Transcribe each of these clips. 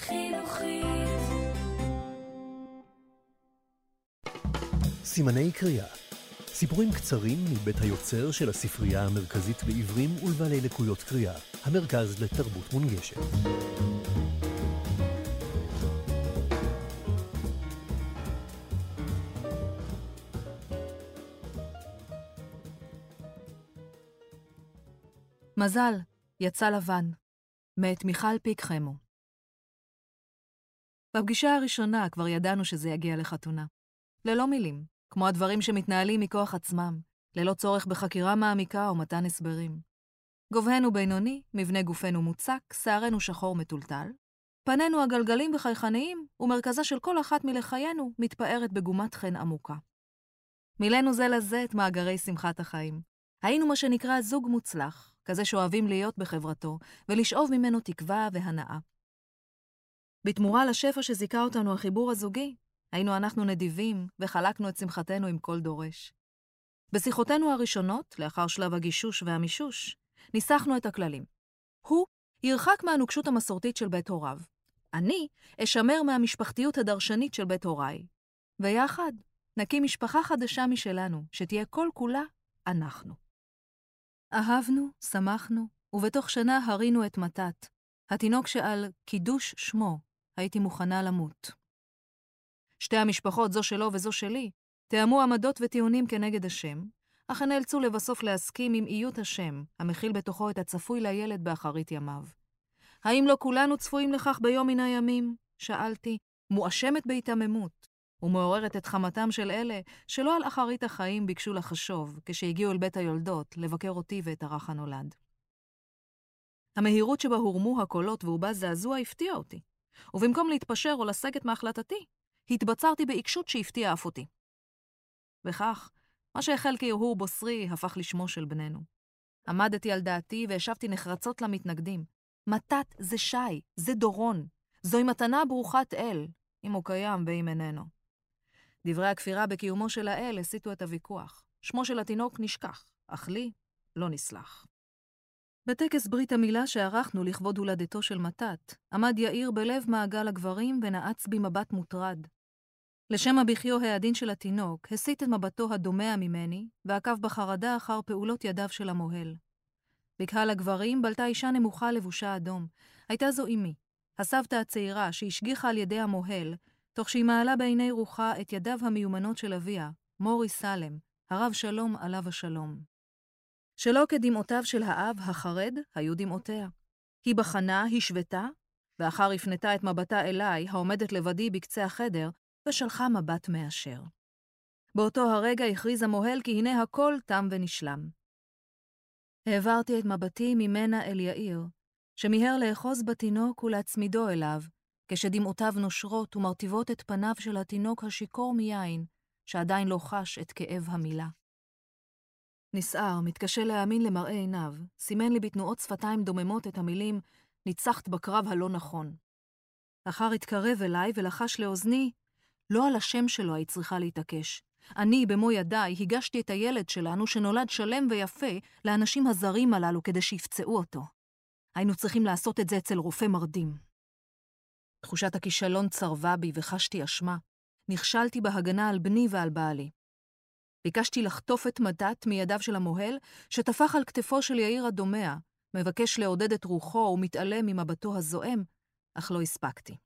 חינוכית. סימני קריאה, סיפורים קצרים מבית היוצר של הספרייה המרכזית בעברים ולבעלי לקויות קריאה, המרכז לתרבות מונגשת. מזל, יצא לבן, מאת מיכל פיק חמו. בפגישה הראשונה כבר ידענו שזה יגיע לחתונה. ללא מילים, כמו הדברים שמתנהלים מכוח עצמם, ללא צורך בחקירה מעמיקה או מתן הסברים. גובהנו בינוני, מבנה גופנו מוצק, שערנו שחור מטולטל, פנינו הגלגלים וחייכניים, ומרכזה של כל אחת מלחיינו מתפארת בגומת חן עמוקה. מילאנו זה לזה את מאגרי שמחת החיים. היינו מה שנקרא זוג מוצלח, כזה שאוהבים להיות בחברתו, ולשאוב ממנו תקווה והנאה. בתמורה לשפע שזיקה אותנו החיבור הזוגי, היינו אנחנו נדיבים וחלקנו את שמחתנו עם כל דורש. בשיחותינו הראשונות, לאחר שלב הגישוש והמישוש, ניסחנו את הכללים. הוא ירחק מהנוקשות המסורתית של בית הוריו. אני אשמר מהמשפחתיות הדרשנית של בית הוריי. ויחד נקים משפחה חדשה משלנו, שתהיה כל כולה אנחנו. אהבנו, שמחנו, ובתוך שנה הרינו את מתת, התינוק שעל קידוש שמו הייתי מוכנה למות. שתי המשפחות, זו שלו וזו שלי, תאמו עמדות וטיעונים כנגד השם, אך נאלצו לבסוף להסכים עם איות השם, המכיל בתוכו את הצפוי לילד באחרית ימיו. האם לא כולנו צפויים לכך ביום מן הימים? שאלתי, מואשמת בהתעממות, ומעוררת את חמתם של אלה שלא על אחרית החיים ביקשו לחשוב, כשהגיעו אל בית היולדות לבקר אותי ואת הרך הנולד. המהירות שבה הורמו הקולות והובא זעזוע הפתיע אותי, ובמקום להתפשר או לסגת מהחלטתי, התבצרתי בעיקשות שהפתיע אף אותי. וכך, מה שהחל כהרהור בוסרי הפך לשמו של בננו. עמדתי על דעתי והשבתי נחרצות למתנגדים. מתת זה שי, זה דורון, זוהי מתנה ברוכת אל, אם הוא קיים ואם איננו. דברי הכפירה בקיומו של האל הסיטו את הוויכוח. שמו של התינוק נשכח, אך לי לא נסלח. בטקס ברית המילה שערכנו לכבוד הולדתו של מתת, עמד יאיר בלב מעגל הגברים ונעץ בי מבט מוטרד. לשם הבכיו העדין של התינוק, הסיט את מבטו הדומע ממני, ועקב בחרדה אחר פעולות ידיו של המוהל. בקהל הגברים בלטה אישה נמוכה לבושה אדום. הייתה זו אמי, הסבתא הצעירה שהשגיחה על ידי המוהל, תוך שהיא מעלה בעיני רוחה את ידיו המיומנות של אביה, מורי סלם, הרב שלום עליו השלום. שלא כדמעותיו של האב החרד היו דמעותיה. היא בחנה, השוותה, ואחר הפנתה את מבטה אליי, העומדת לבדי בקצה החדר, ושלחה מבט מאשר. באותו הרגע הכריז המוהל כי הנה הכל תם ונשלם. העברתי את מבטי ממנה אל יאיר, שמיהר לאחוז בתינוק ולהצמידו אליו, כשדמעותיו נושרות ומרטיבות את פניו של התינוק השיקור מיין, שעדיין לא חש את כאב המילה. נסער, מתקשה להאמין למראה עיניו, סימן לי בתנועות שפתיים דוממות את המילים, ניצחת בקרב הלא נכון. אחר התקרב אליי ולחש לאוזני, לא על השם שלו היית צריכה להתעקש. אני, במו ידיי, הגשתי את הילד שלנו שנולד שלם ויפה לאנשים הזרים הללו כדי שיפצעו אותו. היינו צריכים לעשות את זה אצל רופא מרדים. תחושת הכישלון צרבה בי וחשתי אשמה. נכשלתי בהגנה על בני ועל בעלי. ביקשתי לחטוף את מתת מידיו של המוהל, שטפח על כתפו של יאיר הדומע, מבקש לעודד את רוחו ומתעלם ממבטו הזועם, אך לא הספקתי.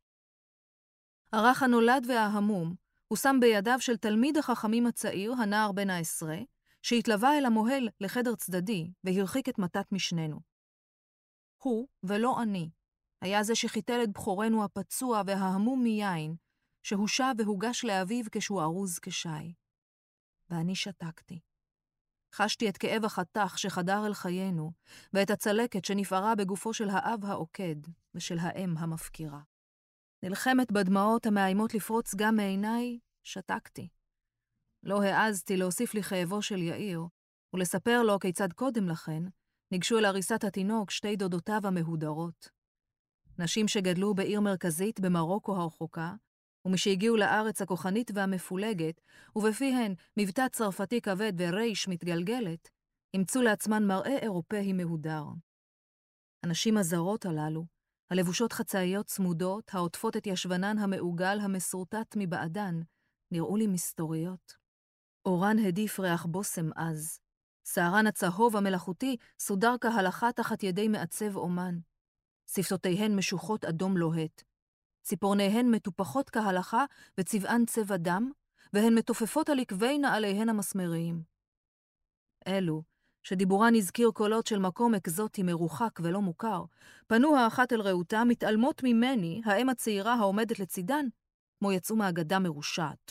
הרך הנולד וההמום הוא שם בידיו של תלמיד החכמים הצעיר, הנער בן ה-10, שהתלווה אל המוהל לחדר צדדי והרחיק את מתת משננו. הוא, ולא אני, היה זה שחיתל את בחורנו הפצוע וההמום מיין, שהושע והוגש לאביו כשהוא ארוז כשי. ואני שתקתי. חשתי את כאב החתך שחדר אל חיינו, ואת הצלקת שנפערה בגופו של האב העוקד ושל האם המפקירה. נלחמת בדמעות המאיימות לפרוץ גם מעיניי, שתקתי. לא העזתי להוסיף לי כאבו של יאיר, ולספר לו כיצד קודם לכן ניגשו אל הריסת התינוק שתי דודותיו המהודרות. נשים שגדלו בעיר מרכזית במרוקו הרחוקה, ומשהגיעו לארץ הכוחנית והמפולגת, ובפיהן מבטא צרפתי כבד ורייש מתגלגלת, אימצו לעצמן מראה אירופאי מהודר. הנשים הזרות הללו הלבושות חצאיות צמודות, העוטפות את ישבנן המעוגל המסורטט מבעדן, נראו לי מסתוריות. אורן הדיף ריח בוסם אז. שערן הצהוב המלאכותי סודר כהלכה תחת ידי מעצב אומן. שפתותיהן משוחות אדום לוהט. ציפורניהן מטופחות כהלכה וצבען צבע דם, והן מתופפות על עקבי נעליהן המסמריים. אלו, שדיבורן הזכיר קולות של מקום אקזוטי מרוחק ולא מוכר, פנו האחת אל רעותה, מתעלמות ממני, האם הצעירה העומדת לצידן, כמו יצאו מהגדה מרושעת.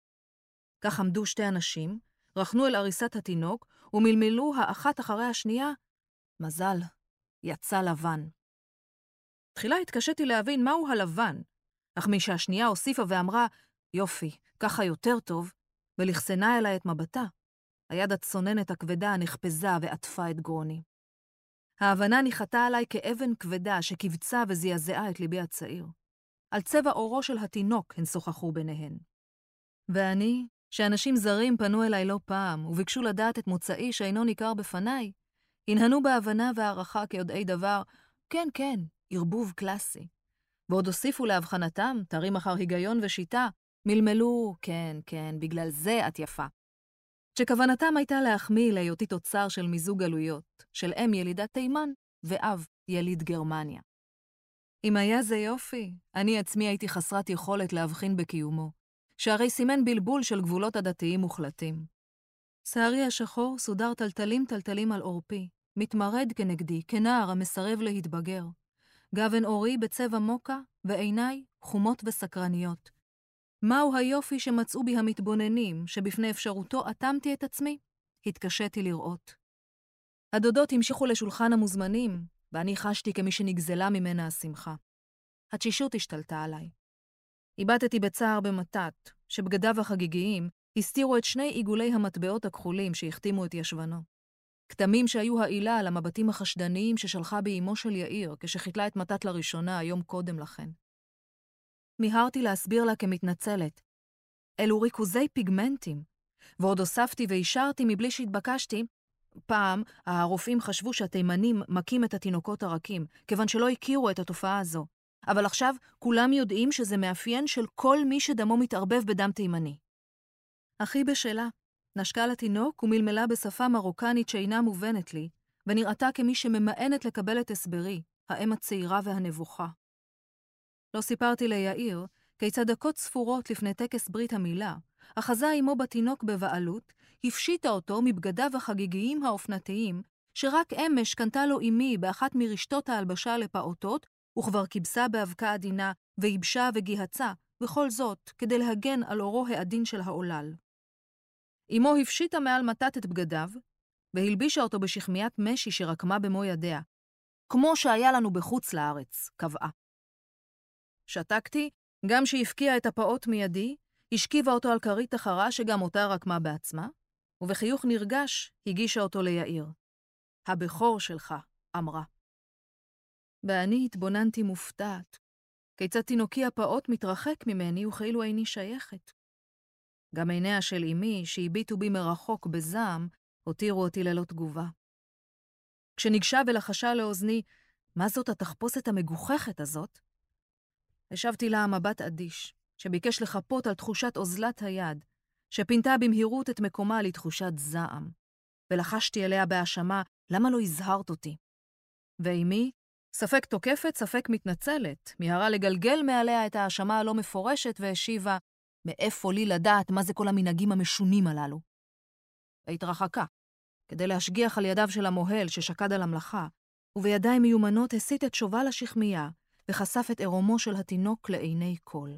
כך עמדו שתי אנשים, רחנו אל עריסת התינוק, ומלמלו האחת אחרי השנייה, מזל, יצא לבן. תחילה התקשיתי להבין מהו הלבן, אך משהשנייה הוסיפה ואמרה, יופי, ככה יותר טוב, ולחסנה אליי את מבטה. היד הצוננת הכבדה נחפזה ועטפה את גרוני. ההבנה ניחתה עליי כאבן כבדה שקיבצה וזעזעה את ליבי הצעיר. על צבע אורו של התינוק הן שוחחו ביניהן. ואני, שאנשים זרים פנו אליי לא פעם וביקשו לדעת את מוצאי שאינו ניכר בפניי, הנהנו בהבנה והערכה כיודעי דבר, כן, כן, ערבוב קלאסי. ועוד הוסיפו להבחנתם, תרים אחר היגיון ושיטה, מלמלו, כן, כן, בגלל זה את יפה. שכוונתם הייתה להחמיא להיותי תוצר של מיזוג גלויות, של אם ילידת תימן ואב יליד גרמניה. אם היה זה יופי, אני עצמי הייתי חסרת יכולת להבחין בקיומו, שהרי סימן בלבול של גבולות עדתיים מוחלטים. שערי השחור סודר טלטלים על עורפי, מתמרד כנגדי, כנער המסרב להתבגר. גוון אורי בצבע מוקה, ועיניי חומות וסקרניות. מהו היופי שמצאו בי המתבוננים, שבפני אפשרותו אטמתי את עצמי? התקשיתי לראות. הדודות המשיכו לשולחן המוזמנים, ואני חשתי כמי שנגזלה ממנה השמחה. התשישות השתלטה עליי. איבדתי בצער במתת, שבגדיו החגיגיים הסתירו את שני עיגולי המטבעות הכחולים שהחתימו את ישבנו. כתמים שהיו העילה על המבטים החשדניים ששלחה בי אמו של יאיר, כשחיתלה את מתת לראשונה היום קודם לכן. מיהרתי להסביר לה כמתנצלת. אלו ריכוזי פיגמנטים, ועוד הוספתי והשארתי מבלי שהתבקשתי. פעם הרופאים חשבו שהתימנים מכים את התינוקות הרכים, כיוון שלא הכירו את התופעה הזו. אבל עכשיו כולם יודעים שזה מאפיין של כל מי שדמו מתערבב בדם תימני. אחי בשלה, נשקה לתינוק ומלמלה בשפה מרוקנית שאינה מובנת לי, ונראתה כמי שממאנת לקבל את הסברי, האם הצעירה והנבוכה. לא סיפרתי ליאיר כיצד דקות ספורות לפני טקס ברית המילה, אחזה עמו בתינוק בבעלות, הפשיטה אותו מבגדיו החגיגיים האופנתיים, שרק אמש קנתה לו אמי באחת מרשתות ההלבשה לפעוטות, וכבר קיבסה באבקה עדינה, ויבשה וגיהצה, וכל זאת כדי להגן על אורו העדין של העולל. אמו הפשיטה מעל מתת את בגדיו, והלבישה אותו בשכמיית משי שרקמה במו ידיה, כמו שהיה לנו בחוץ לארץ, קבעה. שתקתי, גם שהפקיעה את הפעות מידי, השכיבה אותו על כרית אחרה שגם אותה רקמה בעצמה, ובחיוך נרגש הגישה אותו ליאיר. הבכור שלך, אמרה. ואני התבוננתי מופתעת, כיצד תינוקי הפעות מתרחק ממני וכאילו איני שייכת. גם עיניה של אמי, שהביטו בי מרחוק בזעם, הותירו אותי ללא תגובה. כשניגשה ולחשה לאוזני, מה זאת התחפושת המגוחכת הזאת? השבתי לה מבט אדיש, שביקש לחפות על תחושת אוזלת היד, שפינתה במהירות את מקומה לתחושת זעם, ולחשתי אליה בהאשמה, למה לא הזהרת אותי? ואמי, ספק תוקפת, ספק מתנצלת, מיהרה לגלגל מעליה את ההאשמה הלא מפורשת והשיבה, מאיפה לי לדעת מה זה כל המנהגים המשונים הללו? והתרחקה, כדי להשגיח על ידיו של המוהל ששקד על המלאכה, ובידיים מיומנות הסיט את שובל השכמיה, וחשף את עירומו של התינוק לעיני כל.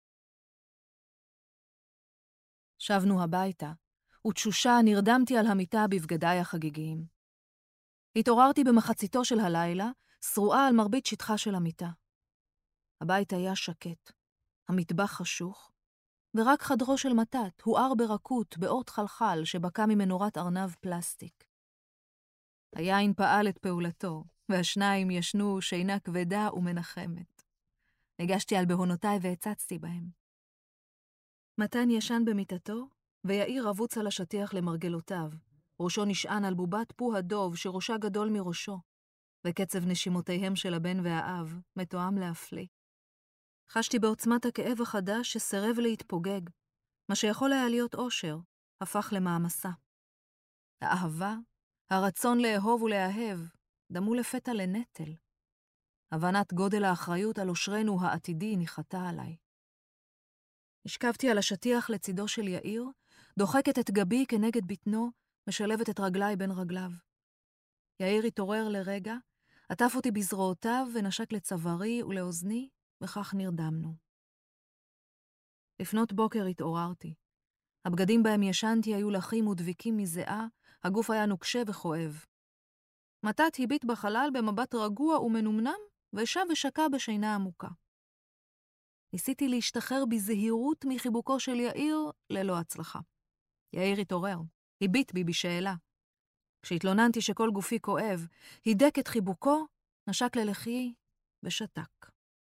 שבנו הביתה, ותשושה נרדמתי על המיטה בבגדיי החגיגיים. התעוררתי במחציתו של הלילה, שרועה על מרבית שטחה של המיטה. הבית היה שקט, המטבח חשוך, ורק חדרו של מתת הואר ברכות באות חלחל שבקע ממנורת ארנב פלסטיק. היין פעל את פעולתו, והשניים ישנו שינה כבדה ומנחמת. ניגשתי על בהונותיי והצצתי בהם. מתן ישן במיטתו, ויאיר רבוץ על השטיח למרגלותיו. ראשו נשען על בובת פו הדוב שראשה גדול מראשו, וקצב נשימותיהם של הבן והאב מתואם להפליא. חשתי בעוצמת הכאב החדש שסרב להתפוגג, מה שיכול היה להיות אושר, הפך למעמסה. האהבה, הרצון לאהוב ולאהב, דמו לפתע לנטל. הבנת גודל האחריות על אושרנו העתידי ניחתה עליי. השכבתי על השטיח לצידו של יאיר, דוחקת את גבי כנגד בטנו, משלבת את רגליי בין רגליו. יאיר התעורר לרגע, עטף אותי בזרועותיו ונשק לצווארי ולאוזני, וכך נרדמנו. לפנות בוקר התעוררתי. הבגדים בהם ישנתי היו לחים ודביקים מזיעה, הגוף היה נוקשה וכואב. מתת הביט בחלל במבט רגוע ומנומנם, ושב ושקע בשינה עמוקה. ניסיתי להשתחרר בזהירות מחיבוקו של יאיר ללא הצלחה. יאיר התעורר, הביט בי בשאלה. כשהתלוננתי שכל גופי כואב, הידק את חיבוקו, נשק ללחי ושתק.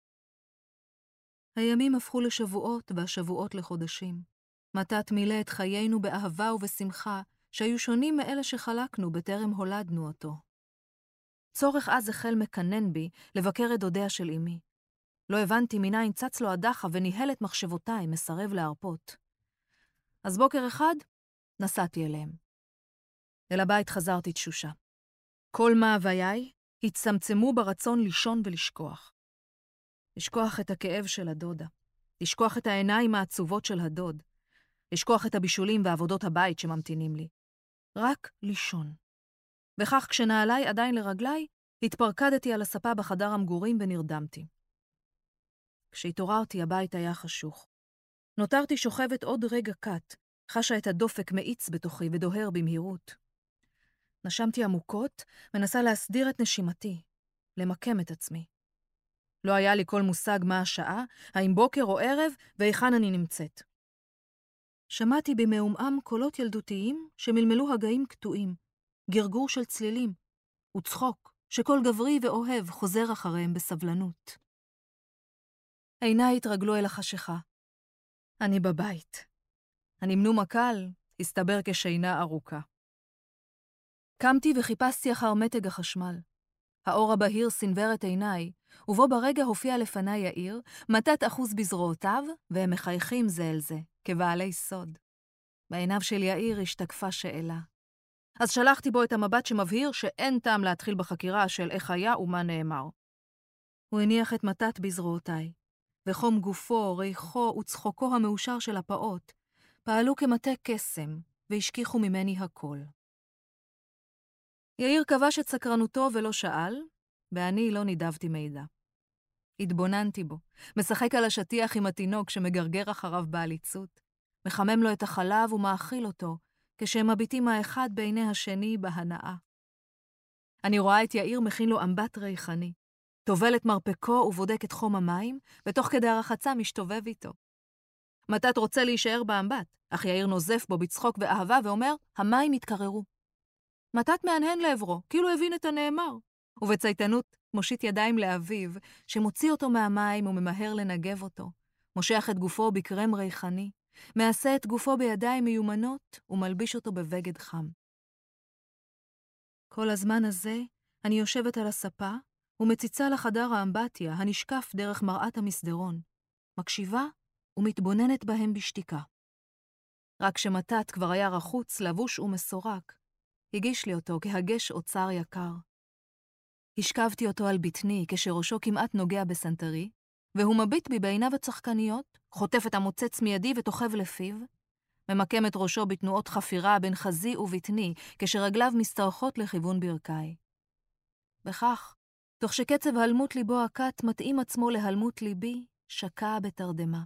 הימים הפכו לשבועות והשבועות לחודשים. מתת מילא את חיינו באהבה ובשמחה, שהיו שונים מאלה שחלקנו בטרם הולדנו אותו. צורך אז החל מקנן בי לבקר את דודיה של אמי. לא הבנתי מניין צץ לו הדחה וניהל את מחשבותיי, מסרב להרפות. אז בוקר אחד נסעתי אליהם. אל הבית חזרתי תשושה. כל מאווייי הצטמצמו ברצון לישון ולשכוח. לשכוח את הכאב של הדודה, לשכוח את העיניים העצובות של הדוד, לשכוח את הבישולים ועבודות הבית שממתינים לי. רק לישון. וכך כשנעליי עדיין לרגליי, התפרקדתי על הספה בחדר המגורים ונרדמתי. כשהתעוררתי הבית היה חשוך. נותרתי שוכבת עוד רגע קט, חשה את הדופק מאיץ בתוכי ודוהר במהירות. נשמתי עמוקות, מנסה להסדיר את נשימתי, למקם את עצמי. לא היה לי כל מושג מה השעה, האם בוקר או ערב, והיכן אני נמצאת. שמעתי במעומעם קולות ילדותיים שמלמלו הגאים קטועים, גרגור של צלילים, וצחוק שכל גברי ואוהב חוזר אחריהם בסבלנות. עיניי התרגלו אל החשיכה. אני בבית. הנמנום הקל הסתבר כשינה ארוכה. קמתי וחיפשתי אחר מתג החשמל. האור הבהיר סנבר את עיניי, ובו ברגע הופיע לפני יאיר, מתת אחוז בזרועותיו, והם מחייכים זה אל זה, כבעלי סוד. בעיניו של יאיר השתקפה שאלה. אז שלחתי בו את המבט שמבהיר שאין טעם להתחיל בחקירה של איך היה ומה נאמר. הוא הניח את מתת בזרועותיי, וחום גופו, ריחו וצחוקו המאושר של הפעות, פעלו כמטה קסם, והשכיחו ממני הכל. יאיר כבש את סקרנותו ולא שאל, ואני לא נידבתי מידע. התבוננתי בו, משחק על השטיח עם התינוק שמגרגר אחריו בעליצות, מחמם לו את החלב ומאכיל אותו, כשהם מביטים האחד בעיני השני בהנאה. אני רואה את יאיר מכין לו אמבט ריחני, טובל את מרפקו ובודק את חום המים, ותוך כדי הרחצה משתובב איתו. מתת רוצה להישאר באמבט, אך יאיר נוזף בו בצחוק ואהבה ואומר, המים התקררו. מתת מהנהן לעברו, כאילו הבין את הנאמר, ובצייתנות מושיט ידיים לאביו, שמוציא אותו מהמים וממהר לנגב אותו, מושך את גופו בקרם ריחני, מעשה את גופו בידיים מיומנות ומלביש אותו בבגד חם. כל הזמן הזה אני יושבת על הספה ומציצה לחדר האמבטיה הנשקף דרך מראת המסדרון, מקשיבה ומתבוננת בהם בשתיקה. רק שמתת כבר היה רחוץ, לבוש ומסורק, הגיש לי אותו כהגש אוצר יקר. השכבתי אותו על בטני כשראשו כמעט נוגע בסנטרי, והוא מביט בי בעיניו הצחקניות, חוטף את המוצץ מידי ותוכב לפיו, ממקם את ראשו בתנועות חפירה בין חזי ובטני, כשרגליו מסתרחות לכיוון ברכיי. וכך, תוך שקצב הלמות ליבו הקט מתאים עצמו להלמות ליבי, שקע בתרדמה.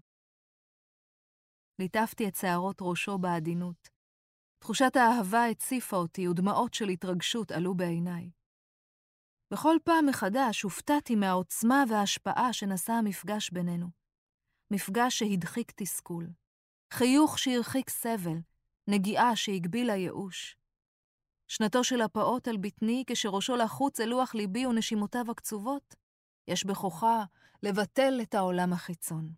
ליטפתי את שערות ראשו בעדינות. תחושת האהבה הציפה אותי ודמעות של התרגשות עלו בעיניי. בכל פעם מחדש הופתעתי מהעוצמה וההשפעה שנשא המפגש בינינו. מפגש שהדחיק תסכול. חיוך שהרחיק סבל, נגיעה שהגבילה ייאוש. שנתו של הפעוט על בטני כשראשו לחוץ אל לוח ליבי ונשימותיו הקצובות, יש בכוחה לבטל את העולם החיצון.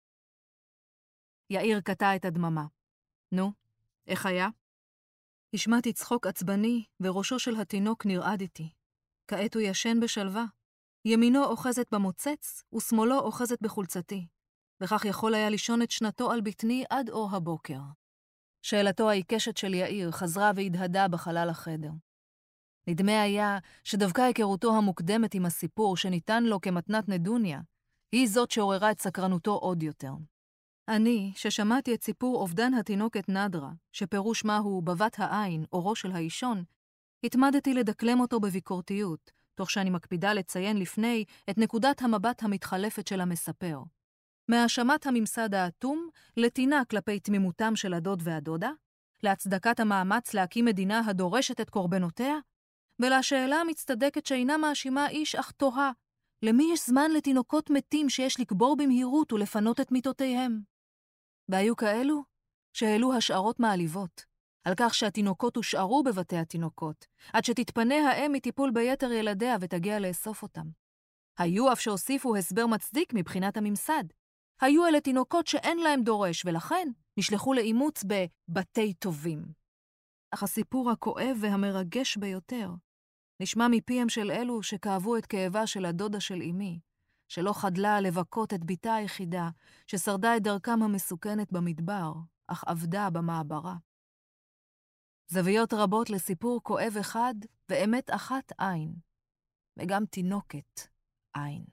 יאיר קטע את הדממה. נו, איך היה? השמעתי צחוק עצבני וראשו של התינוק נרעד איתי. כעת הוא ישן בשלווה. ימינו אוחזת במוצץ, ושמאלו אוחזת בחולצתי. וכך יכול היה לישון את שנתו על בטני עד אור הבוקר. שאלתו העיקשת של יאיר חזרה והדהדה בחלל החדר. נדמה היה שדווקא היכרותו המוקדמת עם הסיפור שניתן לו כמתנת נדוניה, היא זאת שעוררה את סקרנותו עוד יותר. אני, ששמעתי את סיפור אובדן התינוקת נדרה, שפירוש מהו בבת העין, אורו של האישון, התמדתי לדקלם אותו בביקורתיות, תוך שאני מקפידה לציין לפני את נקודת המבט המתחלפת של המספר. מהאשמת הממסד האטום, לטינה כלפי תמימותם של הדוד והדודה, להצדקת המאמץ להקים מדינה הדורשת את קורבנותיה, ולשאלה המצטדקת שאינה מאשימה איש אך תוהה, למי יש זמן לתינוקות מתים שיש לקבור במהירות ולפנות את מיטותיהם? והיו כאלו שהעלו השערות מעליבות, על כך שהתינוקות הושארו בבתי התינוקות, עד שתתפנה האם מטיפול ביתר ילדיה ותגיע לאסוף אותם. היו אף שהוסיפו הסבר מצדיק מבחינת הממסד. היו אלה תינוקות שאין להם דורש, ולכן נשלחו לאימוץ בבתי טובים. אך הסיפור הכואב והמרגש ביותר נשמע מפיהם של אלו שכאבו את כאבה של הדודה של אמי, שלא חדלה לבכות את ביתה היחידה, ששרדה את דרכם המסוכנת במדבר, אך עבדה במעברה. זוויות רבות לסיפור כואב אחד, ואמת אחת אין, וגם תינוקת אין.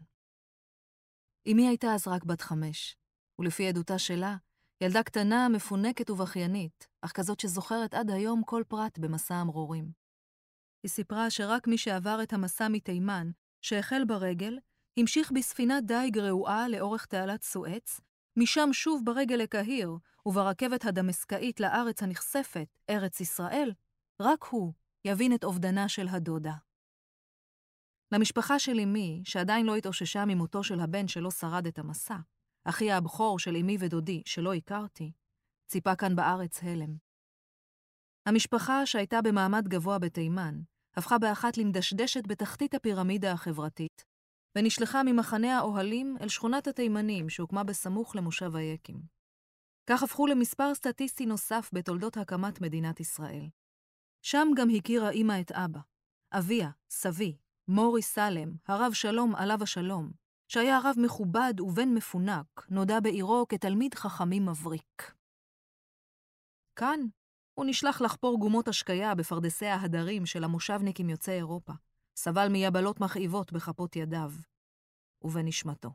אמי הייתה אז רק בת 5, ולפי עדותה שלה, ילדה קטנה, מפונקת ובכיינית, אך כזאת שזוכרת עד היום כל פרט במסע המרורים. היא סיפרה שרק מי שעבר את המסע מתימן, שהחל ברגל, המשיך בספינת דייג רעועה לאורך תעלת סואץ, משם שוב ברגל לקהיר, וברכבת הדמשקאית לארץ הנכספת, ארץ ישראל, רק הוא יבין את אובדנה של הדודה. למשפחה של אמי, שעדיין לא התאוששה ממותו של הבן שלא שרד את המסע, אחי הבכור של אמי ודודי שלא הכרתי, ציפה כאן בארץ הלם. המשפחה שהייתה במעמד גבוה בתימן, הפכה באחת למדשדשת בתחתית הפירמידה החברתית, ונשלחה ממחנה האוהלים אל שכונת התימנים שהוקמה בסמוך למושב היקים. כך הפכו למספר סטטיסטי נוסף בתולדות הקמת מדינת ישראל. שם גם הכירה אמא את אבא, אביה, סבי, מורי סלם, הרב שלום עליו השלום, שהיה רב מכובד ובן מפונק, נודע בעירו כתלמיד חכמים מבריק. כאן הוא נשלח לחפור גומות השקיה בפרדסי ההדרים של המושבניקים יוצאי אירופה, סבל מיבלות מכאיבות בכפות ידיו ובנשמתו.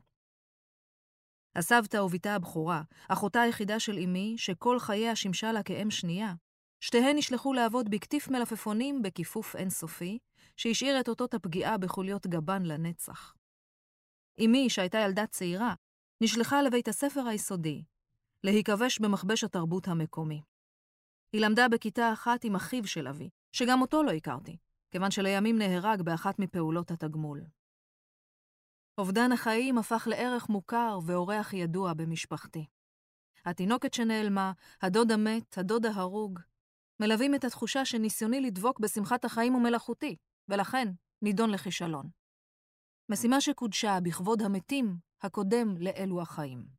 הסבתא וביתה הבכורה, אחותה היחידה של אמי, שכל חייה שימשה לה כאם שנייה, שתיהן נשלחו לעבוד בכתיף מלפפונים בכיפוף אינסופי, שהשאיר את אותות הפגיעה בחוליות גבן לנצח. אמי, שהייתה ילדה צעירה, נשלחה לבית הספר היסודי, להיכבש במכבש התרבות המקומי. היא למדה בכיתה אחת עם אחיו של אבי, שגם אותו לא הכרתי, כיוון שלימים נהרג באחת מפעולות התגמול. אובדן החיים הפך לערך מוכר ואורח ידוע במשפחתי. התינוקת שנעלמה, הדוד המת, הדוד ההרוג, מלווים את התחושה שניסיוני לדבוק בשמחת החיים ומלאכותי, ולכן נידון לכישלון. משימה שקודשה בכבוד המתים הקודם לאלו החיים.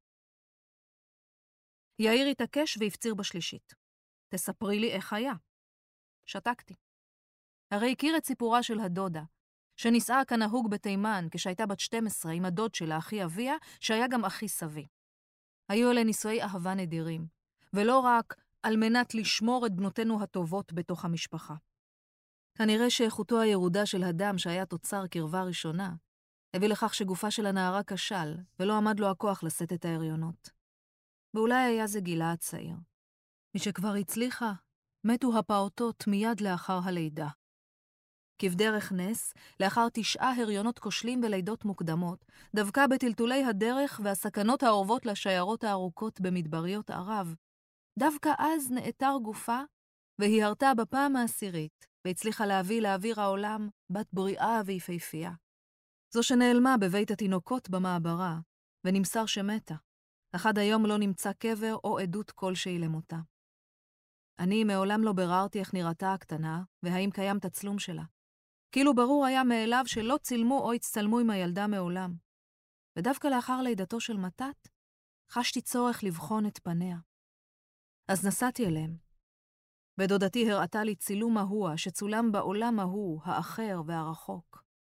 יאיר התעקש והפציר בשלישית. תספרי לי איך היה. שתקתי. הרי הכיר את סיפורה של הדודה, שנישאה כנהוג בתימן כשהייתה בת 12 עם הדוד שלה, אחי אביה, שהיה גם אחי סבי. היו אלה נישואי אהבה נדירים, ולא רק על מנת לשמור את בנותינו הטובות בתוך המשפחה. כנראה שאיכותו הירודה של הדם שהיה תוצר קרבה ראשונה, הביא לכך שגופה של הנערה כשל, ולא עמד לו הכוח לשאת את ההריונות. ואולי היה זה גילה הצעיר. משכבר הצליחה, מתו הפעוטות מיד לאחר הלידה. כבדרך נס, לאחר 9 הריונות כושלים ולידות מוקדמות, דווקא בטלטולי הדרך והסכנות האורבות לשיירות הארוכות במדבריות ערב, דווקא אז נאתר גופה, והיא הרתה בפעם העשירית, והצליחה להביא לאוויר העולם בת בריאה ויפהפייה. זו שנעלמה בבית התינוקות במעברה, ונמסר שמתה, אך עד היום לא נמצא קבר או עדות כלשהי למותה. אני מעולם לא ביררתי איך נראתה הקטנה, והאם קיים תצלום שלה. כאילו ברור היה מאליו שלא צילמו או הצטלמו עם הילדה מעולם. ודווקא לאחר לידתו של מתת, חשתי צורך לבחון את פניה. אז נסעתי אליהם. ודודתי הראתה לי צילום ההוא שצולם בעולם ההוא, האחר והרחוק.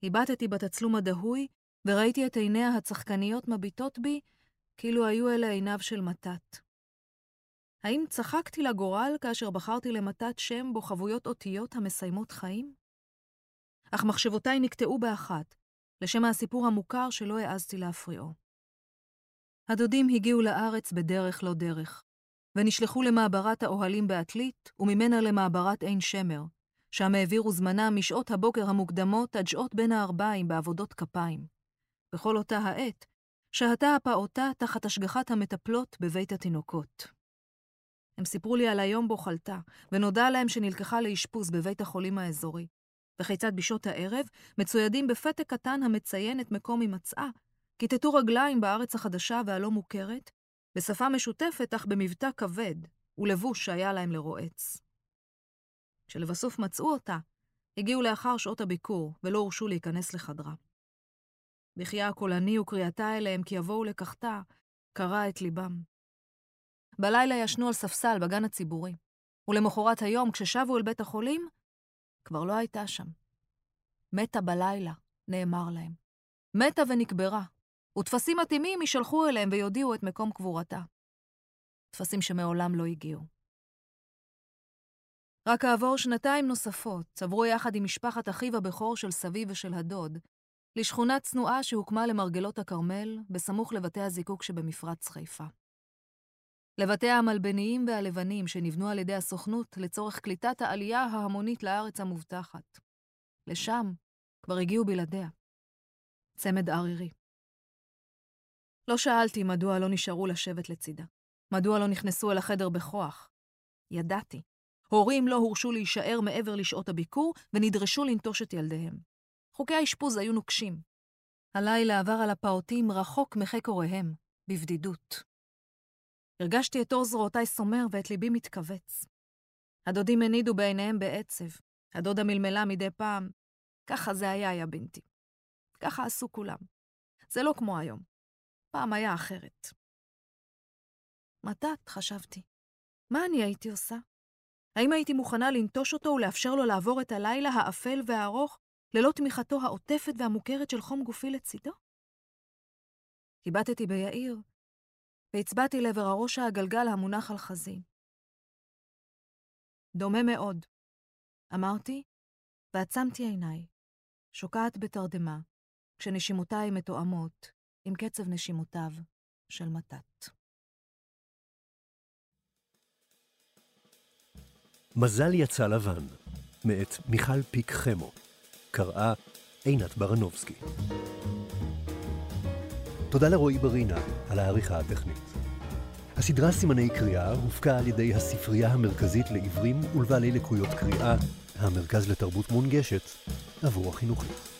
הבטתי בתצלום הדהוי, וראיתי את עיניה הצחקניות מביטות בי, כאילו היו אלה עיניו של מתת. האם צחקתי לגורל כאשר בחרתי למתת שם בו חבויות אותיות המסיימות חיים? אך מחשבותיי נקטעו באחת, לשם הסיפור המוכר שלא העזתי להפריעו. הדודים הגיעו לארץ בדרך לא דרך, ונשלחו למעברת האוהלים בעתלית, וממנה למעברת עין שמר, שם העבירו זמנם משעות הבוקר המוקדמות עד שעות בין הערביים בעבודות כפיים. בכל אותה העת, שהתה הפעוטה תחת השגחת המטפלות בבית התינוקות. הם סיפרו לי על היום בו חלתה, ונודע להם שנלקחה לאשפוז בבית החולים האזורי, וכיצד בשעות הערב מצוידים בפתק קטן המציין את מקום הימצאה, כיתתו רגליים בארץ החדשה והלא מוכרת, בשפה משותפת אך במבטא כבד, ולבוש שהיה להם לרועץ. כשלבסוף מצאו אותה, הגיעו לאחר שעות הביקור, ולא הורשו להיכנס לחדרה. בחייה הקולני וקריאתה אליהם כי יבואו לקחתה, קרע את ליבם. בלילה ישנו על ספסל בגן הציבורי, ולמחרת היום, כששבו אל בית החולים, כבר לא הייתה שם. מתה בלילה, נאמר להם. מתה ונקברה, ותפסים מתאימים יישלחו אליהם ויודיעו את מקום קבורתה. תפסים שמעולם לא הגיעו. רק כעבור 2 נוספות, צברו יחד עם משפחת אחיו הבכור של סבי ושל הדוד, לשכונה צנועה שהוקמה למרגלות הכרמל, בסמוך לבתי הזיקוק שבמפרץ חיפה. לבתי המלבניים והלבנים שנבנו על ידי הסוכנות לצורך קליטת העלייה ההמונית לארץ המובטחת. לשם כבר הגיעו בלעדיה. צמד ערירי. לא שאלתי מדוע לא נשארו לשבת לצידה. מדוע לא נכנסו אל החדר בכוח. ידעתי. הורים לא הורשו להישאר מעבר לשעות הביקור ונדרשו לנטוש את ילדיהם. חוקי האשפוז היו נוקשים. הלילה עבר על הפעוטים רחוק מחיק הוריהם, בבדידות. הרגשתי את אור זרועותיי סומר ואת ליבי מתכווץ. הדודים הנידו בעיניהם בעצב. הדודה מלמלה מדי פעם. ככה זה היה, יא בינתי. ככה עשו כולם. זה לא כמו היום. פעם היה אחרת. מתת, חשבתי. מה אני הייתי עושה? האם הייתי מוכנה לנטוש אותו ולאפשר לו לעבור את הלילה האפל והארוך, ללא תמיכתו העוטפת והמוכרת של חום גופי לצידו? הבטתי ביאיר, והצבעתי לעבר הראש הגלגל המונח על חזי. דומה מאוד, אמרתי, ועצמתי עיניי, שוקעת בתרדמה, כשנשימותיי מתואמות עם קצב נשימותיו של מתת. מזל יצא לבן, מאת מיכל פיק חמו, קראה עינת ברנובסקי. תודה לרועי ברינה על העריכה הטכנית. הסדרה סימני קריאה הופקה על ידי הספרייה המרכזית לעיוורים ולבעלי לקויות קריאה, המרכז לתרבות מונגשת עבור החינוכית.